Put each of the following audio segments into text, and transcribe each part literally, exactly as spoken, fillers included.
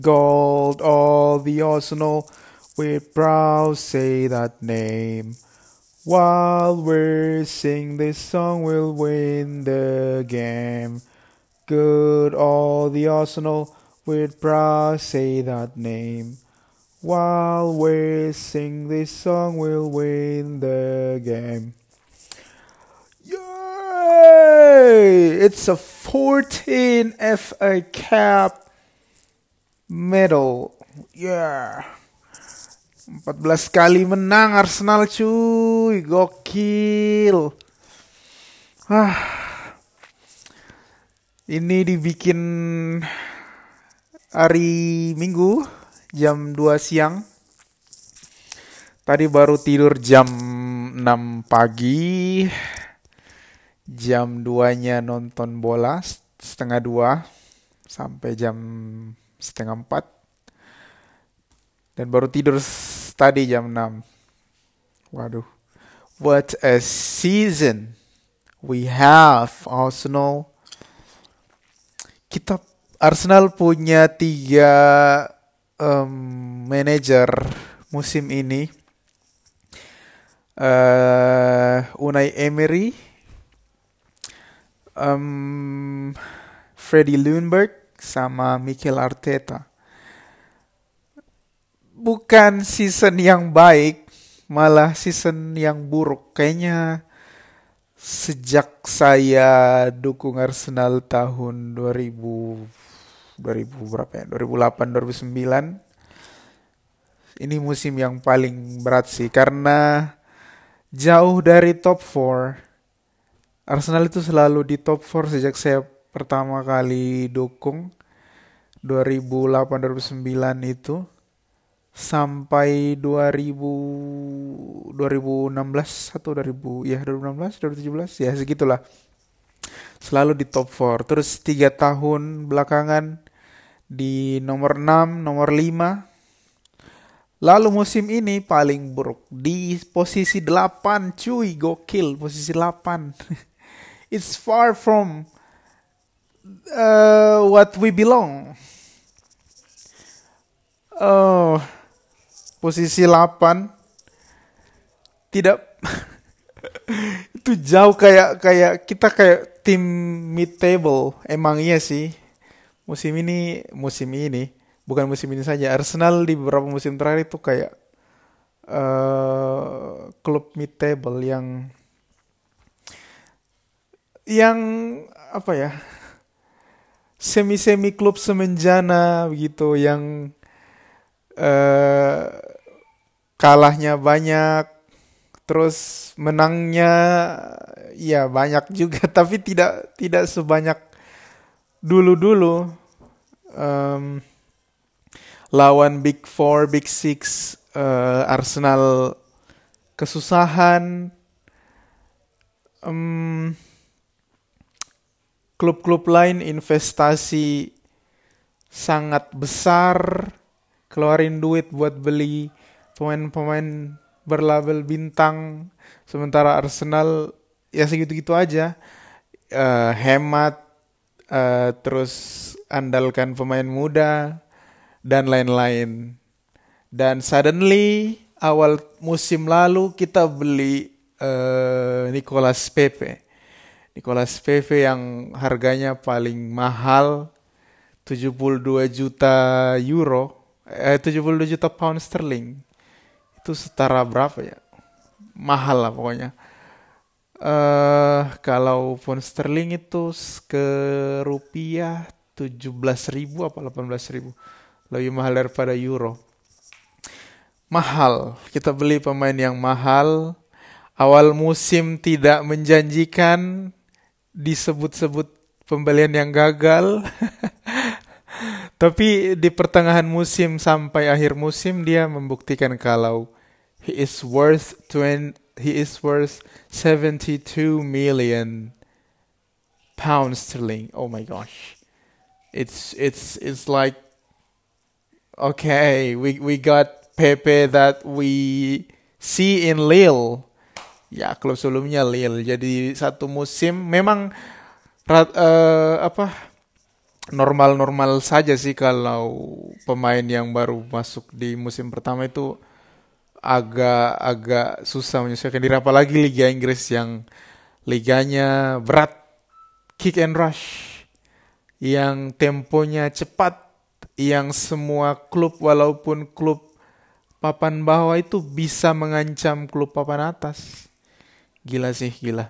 Gold, all the Arsenal, with proud say that name. While we sing this song, we'll win the game. Good, all the Arsenal, with proud say that name. While we sing this song, we'll win the game. Yay! It's a fourteen F A Cup medal. Yeah. empat belas kali menang Arsenal cuy. Gokil. Ah. Ini dibikin hari Minggu jam dua siang. Tadi baru tidur jam enam pagi. Jam dua-nya nonton bola setengah dua sampai jam setengah empat. Dan baru tidur s- tadi jam enam. Waduh. What a season we have, Arsenal. Kita Arsenal punya tiga em, manajer musim ini. Eh, Unai Emery, em, Freddie Ljungberg, sama Mikel Arteta. Bukan season yang baik, malah season yang buruk. Kayaknya sejak saya dukung Arsenal tahun dua ribu, dua ribu berapa ya? dua ribu delapan, dua ribu sembilan. Ini musim yang paling berat sih karena jauh dari top empat. Arsenal itu selalu di top empat sejak saya pertama kali dukung dua ribu delapan dua ribu sembilan itu sampai dua ribu dua ribu enam belas atau dua ribu ya dua ribu enam belas dua ribu tujuh belas ya segitulah, selalu di top empat. Terus tiga tahun belakangan di nomor enam, nomor lima. Lalu musim ini paling buruk di posisi delapan cuy, gokil, posisi delapan. It's far from uh, what we belong. Oh, posisi delapan tidak itu jauh, kayak kayak kita kayak tim mid table. Emang iya sih. Musim ini musim ini bukan musim ini saja. Arsenal di beberapa musim terakhir itu kayak eh klub mid table yang yang apa ya? Semi-semi klub semenjana begitu, yang eh kalahnya banyak, terus menangnya ya banyak juga, tapi tidak tidak sebanyak dulu-dulu. Em, Lawan Big Four, Big Six, eh, Arsenal kesusahan. Em, Klub-klub lain investasi sangat besar, keluarin duit buat beli pemain-pemain berlabel bintang, sementara Arsenal ya segitu-gitu aja. Eh, hemat, eh, terus andalkan pemain muda dan lain-lain. Dan suddenly awal musim lalu kita beli eh, Nicolas Pepe. Nicolas Pepe yang harganya paling mahal, tujuh puluh dua juta euro, eh tujuh puluh dua juta pound sterling. Itu setara berapa ya? Mahal lah pokoknya. Eh kalau pound sterling itu s- ke rupiah tujuh belas ribu apa delapan belas ribu. Lebih mahal daripada euro. Mahal. Kita beli pemain yang mahal. Awal musim tidak menjanjikan, disebut-sebut pembelian yang gagal. Tapi di pertengahan musim sampai akhir musim dia membuktikan kalau he is worth twenty, he is worth seventy-two million pounds sterling. Oh my gosh. It's it's it's like, okay, we we got Pepe that we see in Lille. Ya, klub sebelumnya Lille. Jadi satu musim memang rat- eh, apa normal-normal saja sih kalau pemain yang baru masuk di musim pertama itu agak-agak susah menyesuaikan diri, apalagi Liga Inggris yang liganya berat, kick and rush, yang temponya cepat, yang semua klub walaupun klub papan bawah itu bisa mengancam klub papan atas. Gila sih, gila.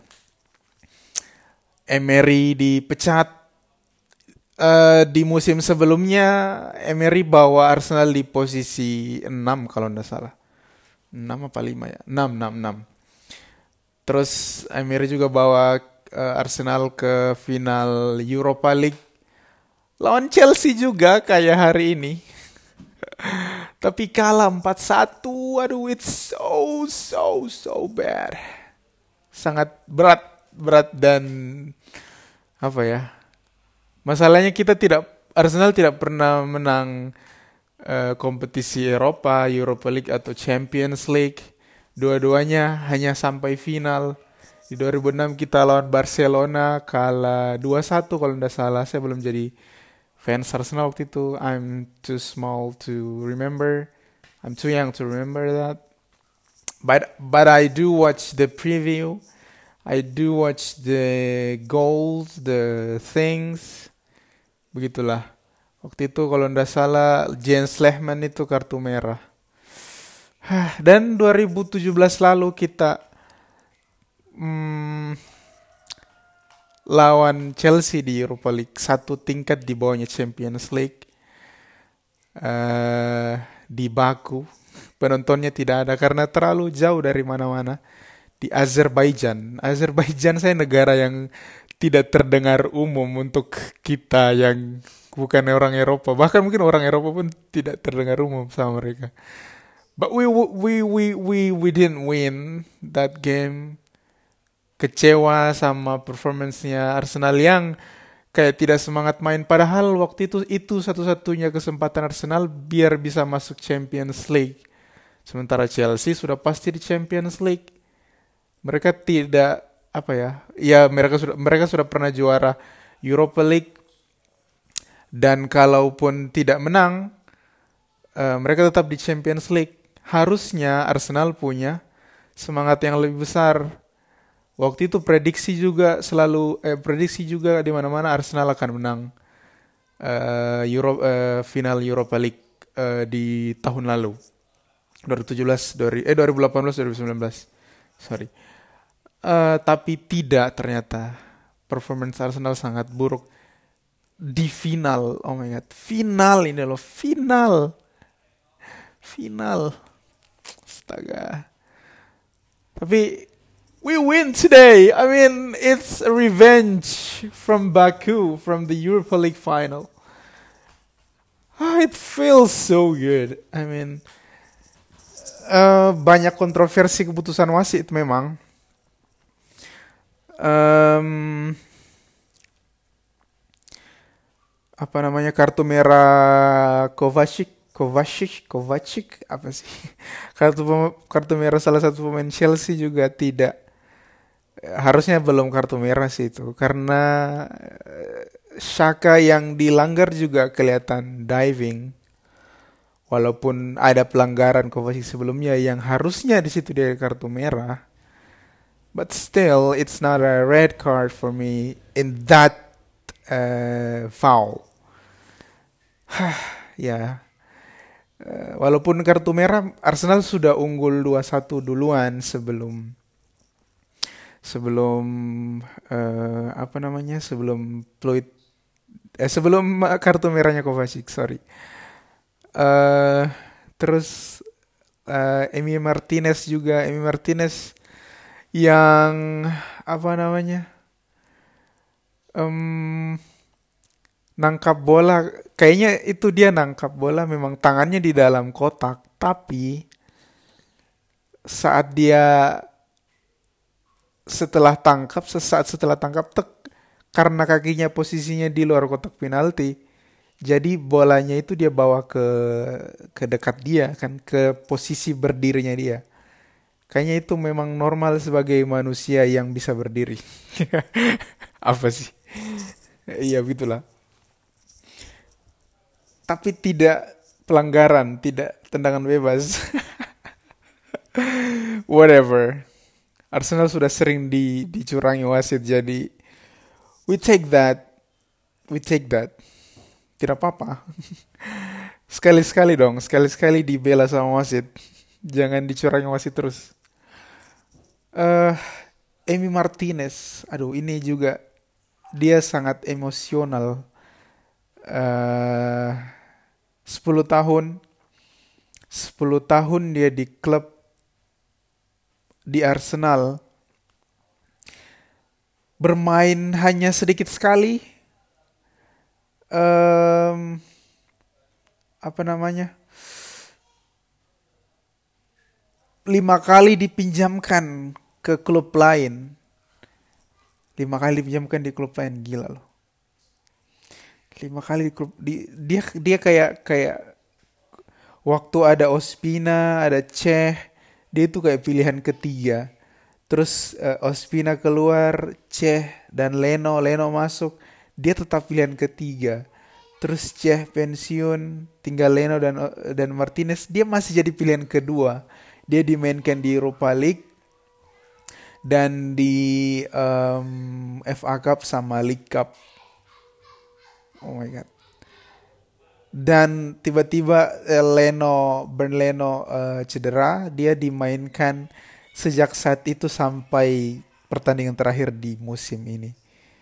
Emery dipecat. Eh, di musim sebelumnya Emery bawa Arsenal di posisi enam kalau tidak salah. Enam apa lima ya? Enam, enam, enam. Terus Emery juga bawa eh, Arsenal ke final Europa League lawan Chelsea juga kayak hari ini. Tapi kalah empat satu. Aduh, it's so so so bad. Sangat berat, berat dan apa ya? Masalahnya kita tidak, Arsenal tidak pernah menang eh, kompetisi Eropa, Europa League atau Champions League. Dua-duanya hanya sampai final. Di dua ribu enam kita lawan Barcelona kalah dua satu kalau tidak salah. Saya belum jadi fans Arsenal waktu itu. I'm too small to remember. I'm too young to remember that. But but I do watch the preview. I do watch the goals, the things. Begitulah. Waktu itu kalau ndak salah Jens Lehmann itu kartu merah. Hah, dan dua ribu tujuh belas lalu kita hmm, lawan Chelsea di Europa League, satu tingkat di bawahnya Champions League. Eh, di Baku penontonnya tidak ada karena terlalu jauh dari mana-mana. Di Azerbaijan. Azerbaijan saya negara yang tidak terdengar umum untuk kita yang bukan orang Eropa. Bahkan mungkin orang Eropa pun tidak terdengar umum sama mereka. But we we we we we didn't win that game. Kecewa sama performance-nya Arsenal yang kayak tidak semangat main. Padahal waktu itu itu satu-satunya kesempatan Arsenal biar bisa masuk Champions League. Sementara Chelsea sudah pasti di Champions League. Mereka tidak apa ya? Ya mereka sudah mereka sudah pernah juara Europa League dan kalaupun tidak menang, eh, mereka tetap di Champions League. Harusnya Arsenal punya semangat yang lebih besar. Waktu itu prediksi juga selalu eh, prediksi juga di mana-mana Arsenal akan menang eh, Euro, eh, final Europa League eh, di tahun lalu. dua ribu tujuh belas, eh dua ribu delapan belas, dua ribu sembilan belas. Sorry. Eh, tapi tidak, ternyata performance Arsenal sangat buruk di final. Oh my god, final ini loh, final, final. Astaga. Tapi we win today. I mean, it's a revenge from Baku, from the Europa League final. Ah, it feels so good. I mean, eh, banyak kontroversi keputusan wasit memang. Em, apa namanya, kartu merah Kovacic, Kovacic, Kovacic apa sih? Kartu pem- kartu merah salah satu pemain Chelsea juga tidak, harusnya belum kartu merah sih itu karena eh, Xhaka yang dilanggar juga kelihatan diving. Walaupun ada pelanggaran Kovacic sebelumnya yang harusnya di situ dia kartu merah. But still, it's not a red card for me in that uh, foul. Ya, eh, walaupun kartu merah, Arsenal sudah unggul dua satu duluan sebelum sebelum eh, apa namanya? Sebelum Floyd eh sebelum eh, kartu merahnya Kovacic, sorry. Eh terus eh, Emi Martinez juga, Emi Martinez yang apa namanya? Em, nangkap bola, kayaknya itu dia nangkap bola memang tangannya di dalam kotak, tapi saat dia setelah tangkap sesaat setelah tangkap tek, karena kakinya posisinya di luar kotak penalti, jadi bolanya itu dia bawa ke ke dekat dia kan, ke posisi berdirinya dia. Kayaknya itu memang normal sebagai manusia yang bisa berdiri. Apa sih? Iya begitulah. tapi tidak pelanggaran, tidak tendangan bebas. Whatever. Arsenal sudah sering di, dicurangi wasit, jadi we take that, we take that. Tidak apa-apa. Sekali-sekali dong, sekali-sekali dibela sama wasit. Jangan dicurangi wasit terus. Eh, Emi Martinez, aduh ini juga dia sangat emosional. Eh, sepuluh tahun, sepuluh tahun dia di klub di Arsenal, bermain hanya sedikit sekali. Em, apa namanya? Lima kali dipinjamkan ke klub lain. Lima kali dipinjamkan di klub lain, gila loh. Lima kali di klub di, dia dia kayak kayak waktu ada Ospina, ada Cech, dia itu kayak pilihan ketiga. Terus eh, Ospina keluar, Cech dan Leno, Leno masuk, dia tetap pilihan ketiga. Terus Cech pensiun, tinggal Leno dan dan Martinez, dia masih jadi pilihan kedua. Dia dimainkan di Europa League dan di em, F A Cup sama League Cup. Oh my god. Dan tiba-tiba eh, Leno, Bernd Leno eh, cedera, dia dimainkan sejak saat itu sampai pertandingan terakhir di musim ini.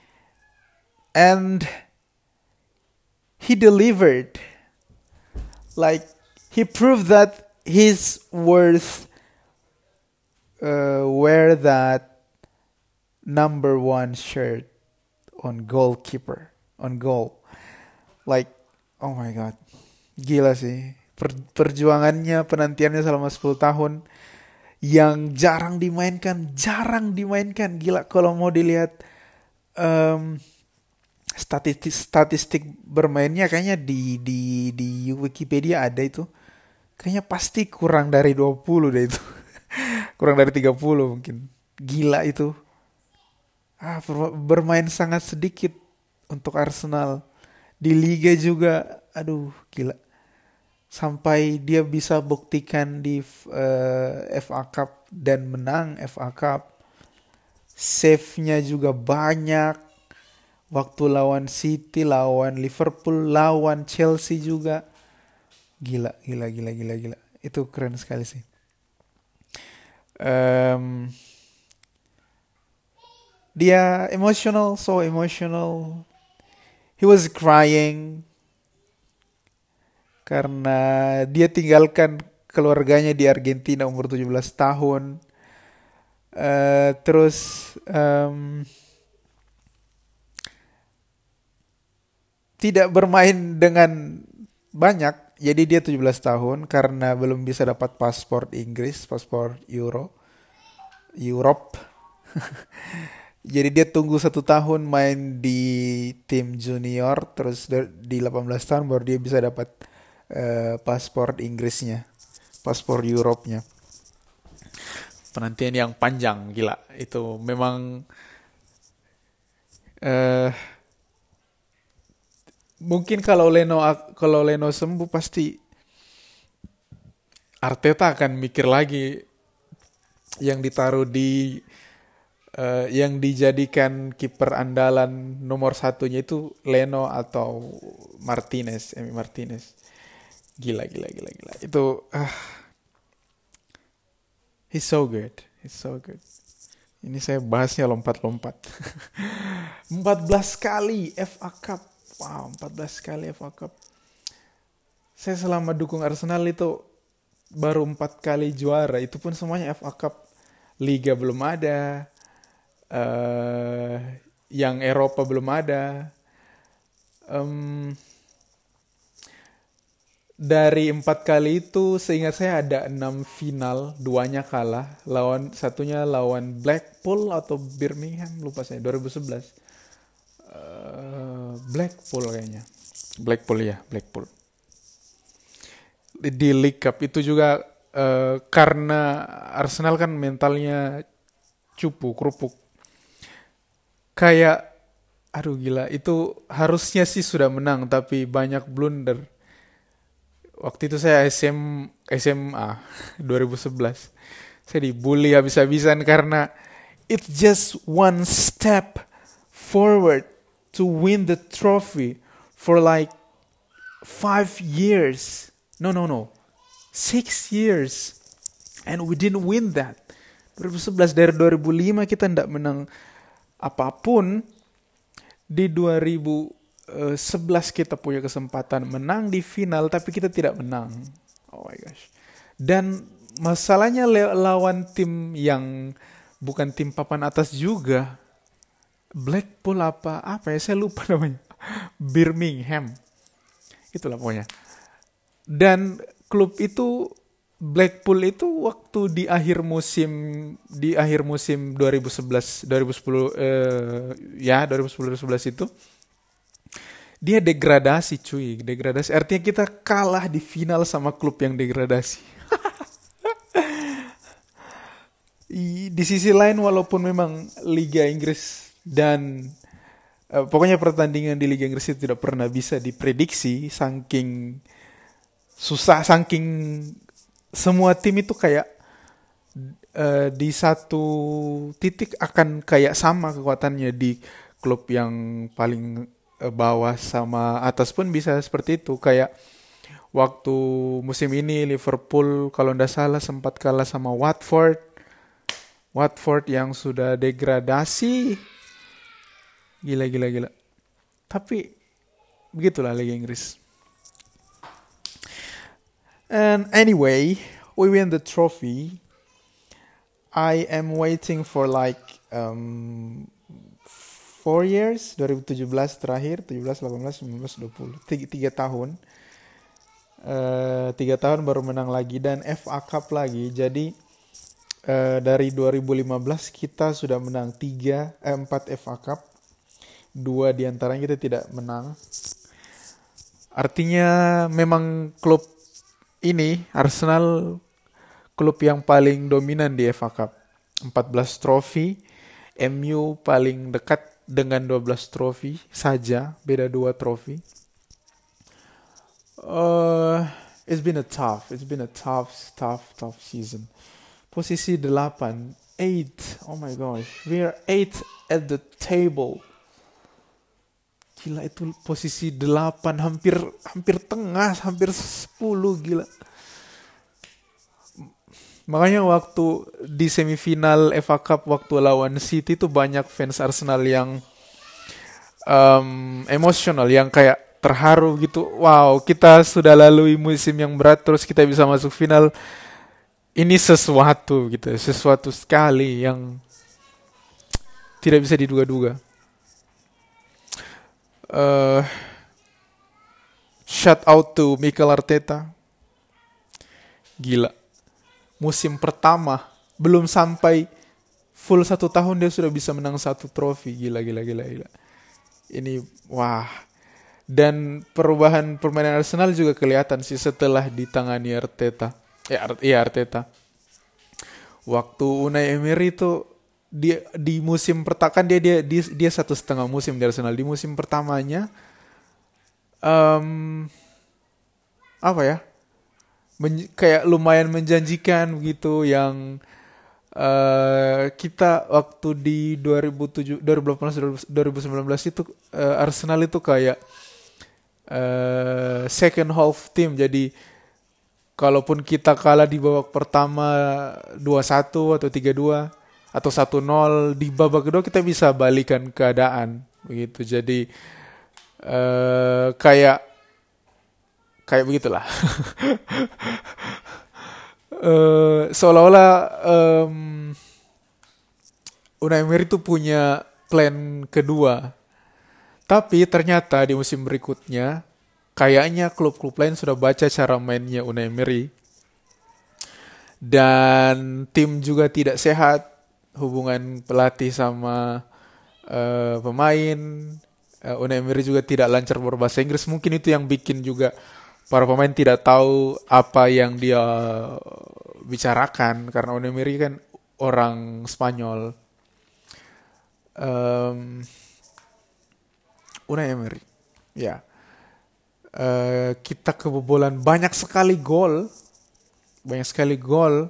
And he delivered. Like he proved that he's worth uh, wear that number one shirt on goalkeeper, on goal. Like, oh my god, gila sih. Per- perjuangannya, penantiannya selama sepuluh tahun yang jarang dimainkan, jarang dimainkan. Gila kalau mau dilihat em, statistik statistik bermainnya kayaknya di di di Wikipedia ada itu. Kayaknya pasti kurang dari dua puluh deh itu. Kurang dari tiga puluh mungkin. Gila itu. Ah, ber- bermain sangat sedikit untuk Arsenal. Di liga juga, aduh gila. Sampai dia bisa buktikan di eh, F A Cup dan menang F A Cup. Save-nya juga banyak. Waktu lawan City, lawan Liverpool, lawan Chelsea juga. Gila, gila, gila, gila, gila. Itu keren sekali sih. Em, dia emotional, so emotional. He was crying karena dia tinggalkan keluarganya di Argentina umur tujuh belas tahun. Eh, terus em, tidak bermain dengan banyak. Jadi dia tujuh belas tahun karena belum bisa dapat paspor Inggris, paspor Euro, Europe. Jadi dia tunggu satu tahun main di tim junior, terus da- di delapan belas tahun baru dia bisa dapat eh, paspor Inggrisnya, paspor Europe-nya. Penantian yang panjang, gila. Itu memang eh mungkin kalau Leno kalau Leno sembuh pasti Arteta akan mikir lagi yang ditaruh di eh, yang dijadikan kiper andalan nomor satunya itu Leno atau Martinez, Emi Martinez. Gila, gila, gila, gila. Itu ah, he's so good, he's so good. Ini saya bahasnya lompat-lompat. empat belas kali F A Cup. Wow, empat belas kali F A Cup. Saya selama dukung Arsenal itu baru empat kali juara. Itu pun semuanya F A Cup. Liga belum ada. eh yang Eropa belum ada. Em, dari empat kali itu seingat saya ada enam final, duanya kalah. Lawan satunya lawan Blackpool atau Birmingham, lupa saya. dua ribu sebelas. Eh, Blackpool kayaknya. Blackpool ya, Blackpool. Di, di League Cup itu juga eh, karena Arsenal kan mentalnya cupu, kerupuk. Kayak aduh gila, itu harusnya sih sudah menang tapi banyak blunder. waktu itu saya S M S M A dua ribu sebelas. Saya dibully habis-habisan karena it's just one step forward to win the trophy for like five years. No, no, no. Six years. And we didn't win that. dua ribu sebelas dari dua ribu lima kita tidak menang apapun. Di dua ribu sebelas kita punya kesempatan menang di final, tapi kita tidak menang. Oh my gosh. Dan masalahnya le- lawan tim yang bukan tim papan atas juga. Blackpool apa apa ya, saya lupa namanya. Birmingham. Itulah pokoknya. Dan klub itu, Blackpool itu waktu di akhir musim di akhir musim dua ribu sebelas dua ribu sepuluh eh, ya dua ribu sepuluh dua ribu sebelas itu dia degradasi cuy, degradasi. Artinya kita kalah di final sama klub yang degradasi. Di sisi lain, walaupun memang Liga Inggris dan uh, pokoknya pertandingan di Liga Inggris itu tidak pernah bisa diprediksi, saking susah, saking semua tim itu kayak uh, di satu titik akan kayak sama kekuatannya. Di klub yang paling uh, bawah sama atas pun bisa seperti itu. Kayak waktu musim ini Liverpool kalau ndak salah sempat kalah sama Watford. Watford yang sudah degradasi. Gila, gila, gila. Tapi begitulah Liga Inggris. And anyway, we win the trophy. I am waiting for like um, four years. dua ribu tujuh belas terakhir. tujuh belas, delapan belas, sembilan belas, dua puluh. Tiga, tiga tahun. Uh, tiga tahun baru menang lagi. Dan F A Cup lagi. Jadi uh, dari dua ribu lima belas kita sudah menang tiga, eh, empat F A Cup. Dua diantaranya kita tidak menang. Artinya memang klub ini, Arsenal, klub yang paling dominan di F A Cup. empat belas trofi. M U paling dekat dengan dua belas trofi saja. Beda dua trofi. Uh, it's been a tough, it's been a tough, tough, tough season. Posisi delapan. eight. Oh my gosh. We are eight at the table. Gila, itu posisi delapan, hampir hampir tengah, hampir sepuluh, gila. Makanya waktu di semifinal F A Cup waktu lawan City itu banyak fans Arsenal yang um, emosional, yang kayak terharu gitu. Wow, kita sudah lalui musim yang berat terus kita bisa masuk final. Ini sesuatu gitu, sesuatu sekali yang tidak bisa diduga-duga. Uh, shout out to Mikel Arteta. Gila. Musim pertama belum sampai full satu tahun dia sudah bisa menang satu trofi. Gila, gila, gila, gila. Ini wah. Dan perubahan permainan Arsenal juga kelihatan sih setelah ditangani Arteta. Ya, Ar- iya Arteta. Waktu Unai Emery itu di di musim pertama kan dia dia dia, dia satu setengah musim di Arsenal. Di musim pertamanya um, apa ya, men, kayak lumayan menjanjikan gitu, yang uh, kita waktu di dua ribu tujuh, dua ribu delapan belas, dua ribu sembilan belas itu uh, Arsenal itu kayak uh, second half team. Jadi kalaupun kita kalah di babak pertama dua satu atau tiga dua atau satu nol, di babak kedua kita bisa balikan keadaan begitu. Jadi uh, kayak kayak begitulah. uh, seolah-olah um, Unai Emery itu punya plan kedua. Tapi ternyata di musim berikutnya kayaknya klub-klub lain sudah baca cara mainnya Unai Emery. Dan tim juga tidak sehat. Hubungan pelatih sama uh, pemain, uh, Unai Emery juga tidak lancar berbahasa Inggris. Mungkin itu yang bikin juga para pemain tidak tahu apa yang dia bicarakan, karena Unai Emery kan orang Spanyol. um, Unai Emery ya, Eh, kita kebobolan banyak sekali gol, banyak sekali gol.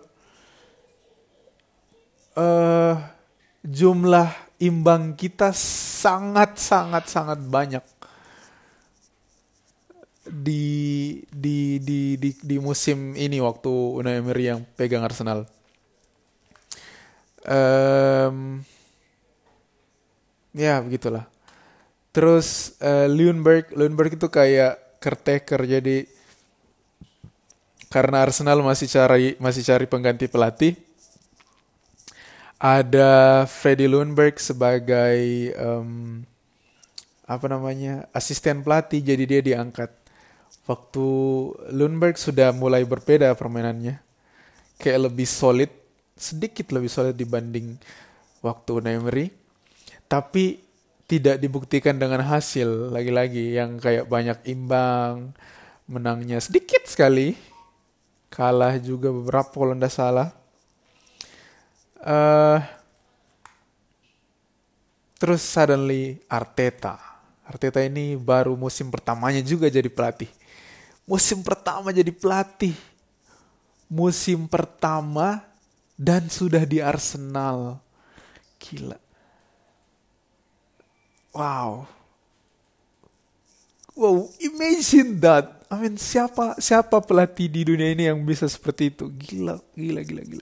Eh, jumlah imbang kita sangat sangat sangat banyak di di di di di musim ini waktu Unai Emery yang pegang Arsenal. Em, ya begitulah. Terus eh, Ljungberg, Ljungberg itu kayak caretaker, jadi karena Arsenal masih cari masih cari pengganti pelatih, ada Freddie Ljungberg sebagai em, apa namanya asisten pelatih, jadi dia diangkat. Waktu Ljungberg sudah mulai berbeda permainannya, kayak lebih solid, sedikit lebih solid dibanding waktu Unai Emery, tapi tidak dibuktikan dengan hasil, lagi-lagi yang kayak banyak imbang, menangnya sedikit sekali, kalah juga beberapa kalau tidak salah. Eh, terus suddenly Arteta. Arteta ini baru musim pertamanya juga jadi pelatih. Musim pertama jadi pelatih. Musim pertama dan sudah di Arsenal. Gila. Wow. Wow, imagine that. I mean, siapa siapa pelatih di dunia ini yang bisa seperti itu? Gila, gila, gila, gila.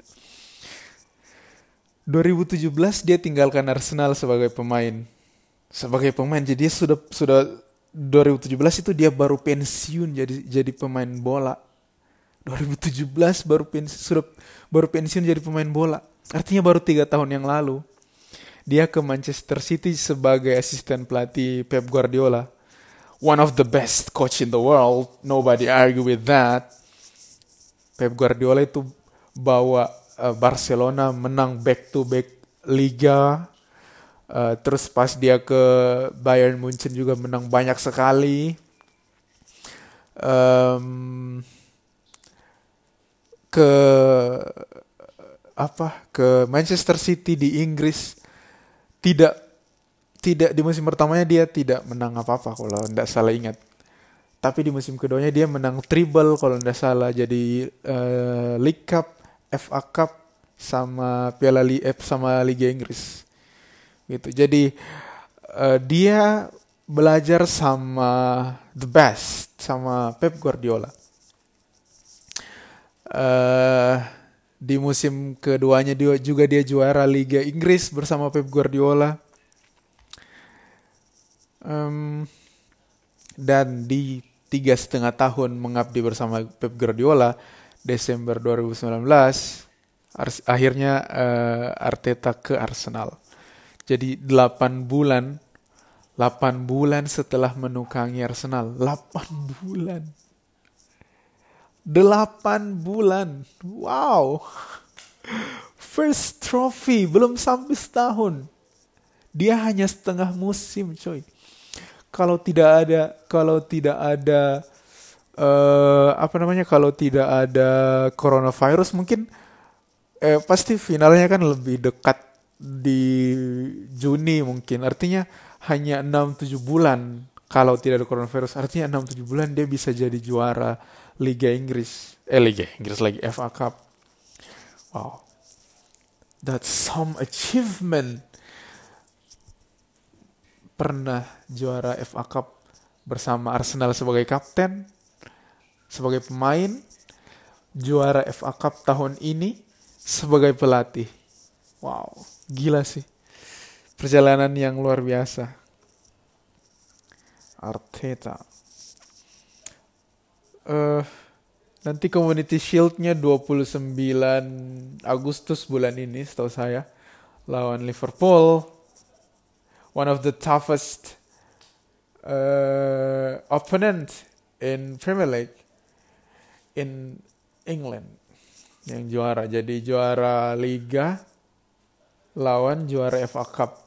dua ribu tujuh belas dia tinggalkan Arsenal sebagai pemain. Sebagai pemain, jadi dia sudah sudah dua ribu tujuh belas itu dia baru pensiun jadi jadi pemain bola. dua ribu tujuh belas baru pensiun, sudah baru pensiun jadi pemain bola. Artinya baru tiga tahun yang lalu. Dia ke Manchester City sebagai asisten pelatih Pep Guardiola. One of the best coach in the world. Nobody argue with that. Pep Guardiola itu bawa uh, Barcelona menang back to back Liga. Uh, terus pas dia ke Bayern Munchen juga menang banyak sekali. Um, ke apa? Ke Manchester City di Inggris tidak tidak di musim pertamanya dia tidak menang apa-apa kalau tidak salah ingat. Tapi di musim keduanya dia menang treble kalau tidak salah. Jadi uh, League Cup, F A Cup, sama Piala Li F sama Liga Inggris. Gitu. Jadi uh, dia belajar sama the best, sama Pep Guardiola. Uh, di musim keduanya dia juga dia juara Liga Inggris bersama Pep Guardiola. Um, dan di tiga setengah tahun mengabdi bersama Pep Guardiola, Desember dua ribu sembilan belas ars- akhirnya uh, Arteta ke Arsenal. Jadi delapan bulan delapan bulan setelah menukangi Arsenal, delapan bulan delapan bulan wow, first trophy, belum sampai setahun, dia hanya setengah musim coy. Kalau tidak ada, kalau tidak ada, uh, apa namanya, kalau tidak ada coronavirus, mungkin eh, pasti finalnya kan lebih dekat di Juni mungkin. Artinya hanya enam tujuh bulan kalau tidak ada coronavirus. Artinya enam tujuh bulan dia bisa jadi juara Liga Inggris. Eh Liga Inggris lagi, F A Cup. Wow. That's some achievement. Pernah juara F A Cup bersama Arsenal sebagai kapten, sebagai pemain, juara F A Cup tahun ini sebagai pelatih. Wow, gila sih. Perjalanan yang luar biasa. Arteta. Uh, nanti Community Shield-nya dua puluh sembilan Agustus bulan ini setahu saya, lawan Liverpool. One of the toughest uh, opponent in Premier League in England. Yang juara, jadi juara Liga lawan juara F A Cup.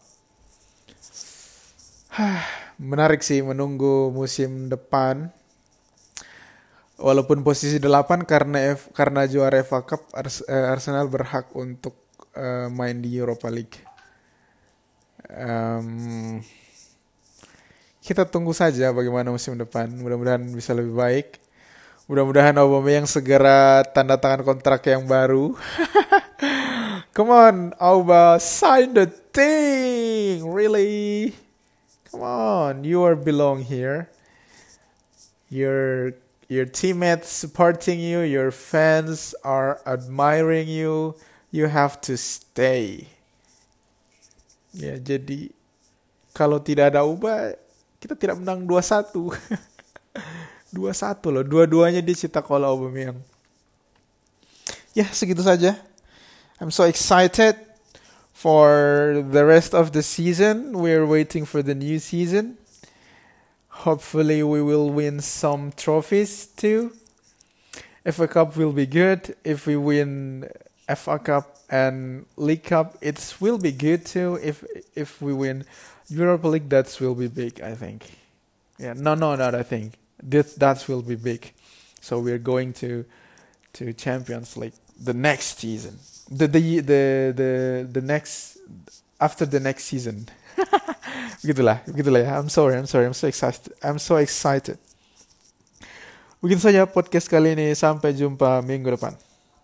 Menarik sih menunggu musim depan. Walaupun posisi delapan karena F, karena juara F A Cup, Ars, uh, Arsenal berhak untuk uh, main di Europa League. Um, kita tunggu saja bagaimana musim depan. Mudah-mudahan bisa lebih baik. Mudah-mudahan Aubameyang segera tanda tangan kontrak yang baru. Come on, Auba, sign the thing. Really? Come on, you are belong here. Your your teammates supporting you, your fans are admiring you. You have to stay. Ya, jadi kalau tidak ada Auba, kita tidak menang dua satu. dua satu loh, dua-duanya dicetak oleh Aubameyang. Ya, segitu saja. I'm so excited for the rest of the season. We're waiting for the new season. Hopefully we will win some trophies too. F A Cup will be good. If we win F A Cup and League Cup, it will be good too. If if we win Europa League, that will be big, I think. Yeah, no, no, not I think. That that will be big. So we're going to to Champions League the next season. The the the the the next after the next season. begitulah, begitulah ya. I'm sorry, I'm sorry, I'm so excited. I'm so excited. Begitu saja podcast kali ini. Sampai jumpa minggu depan.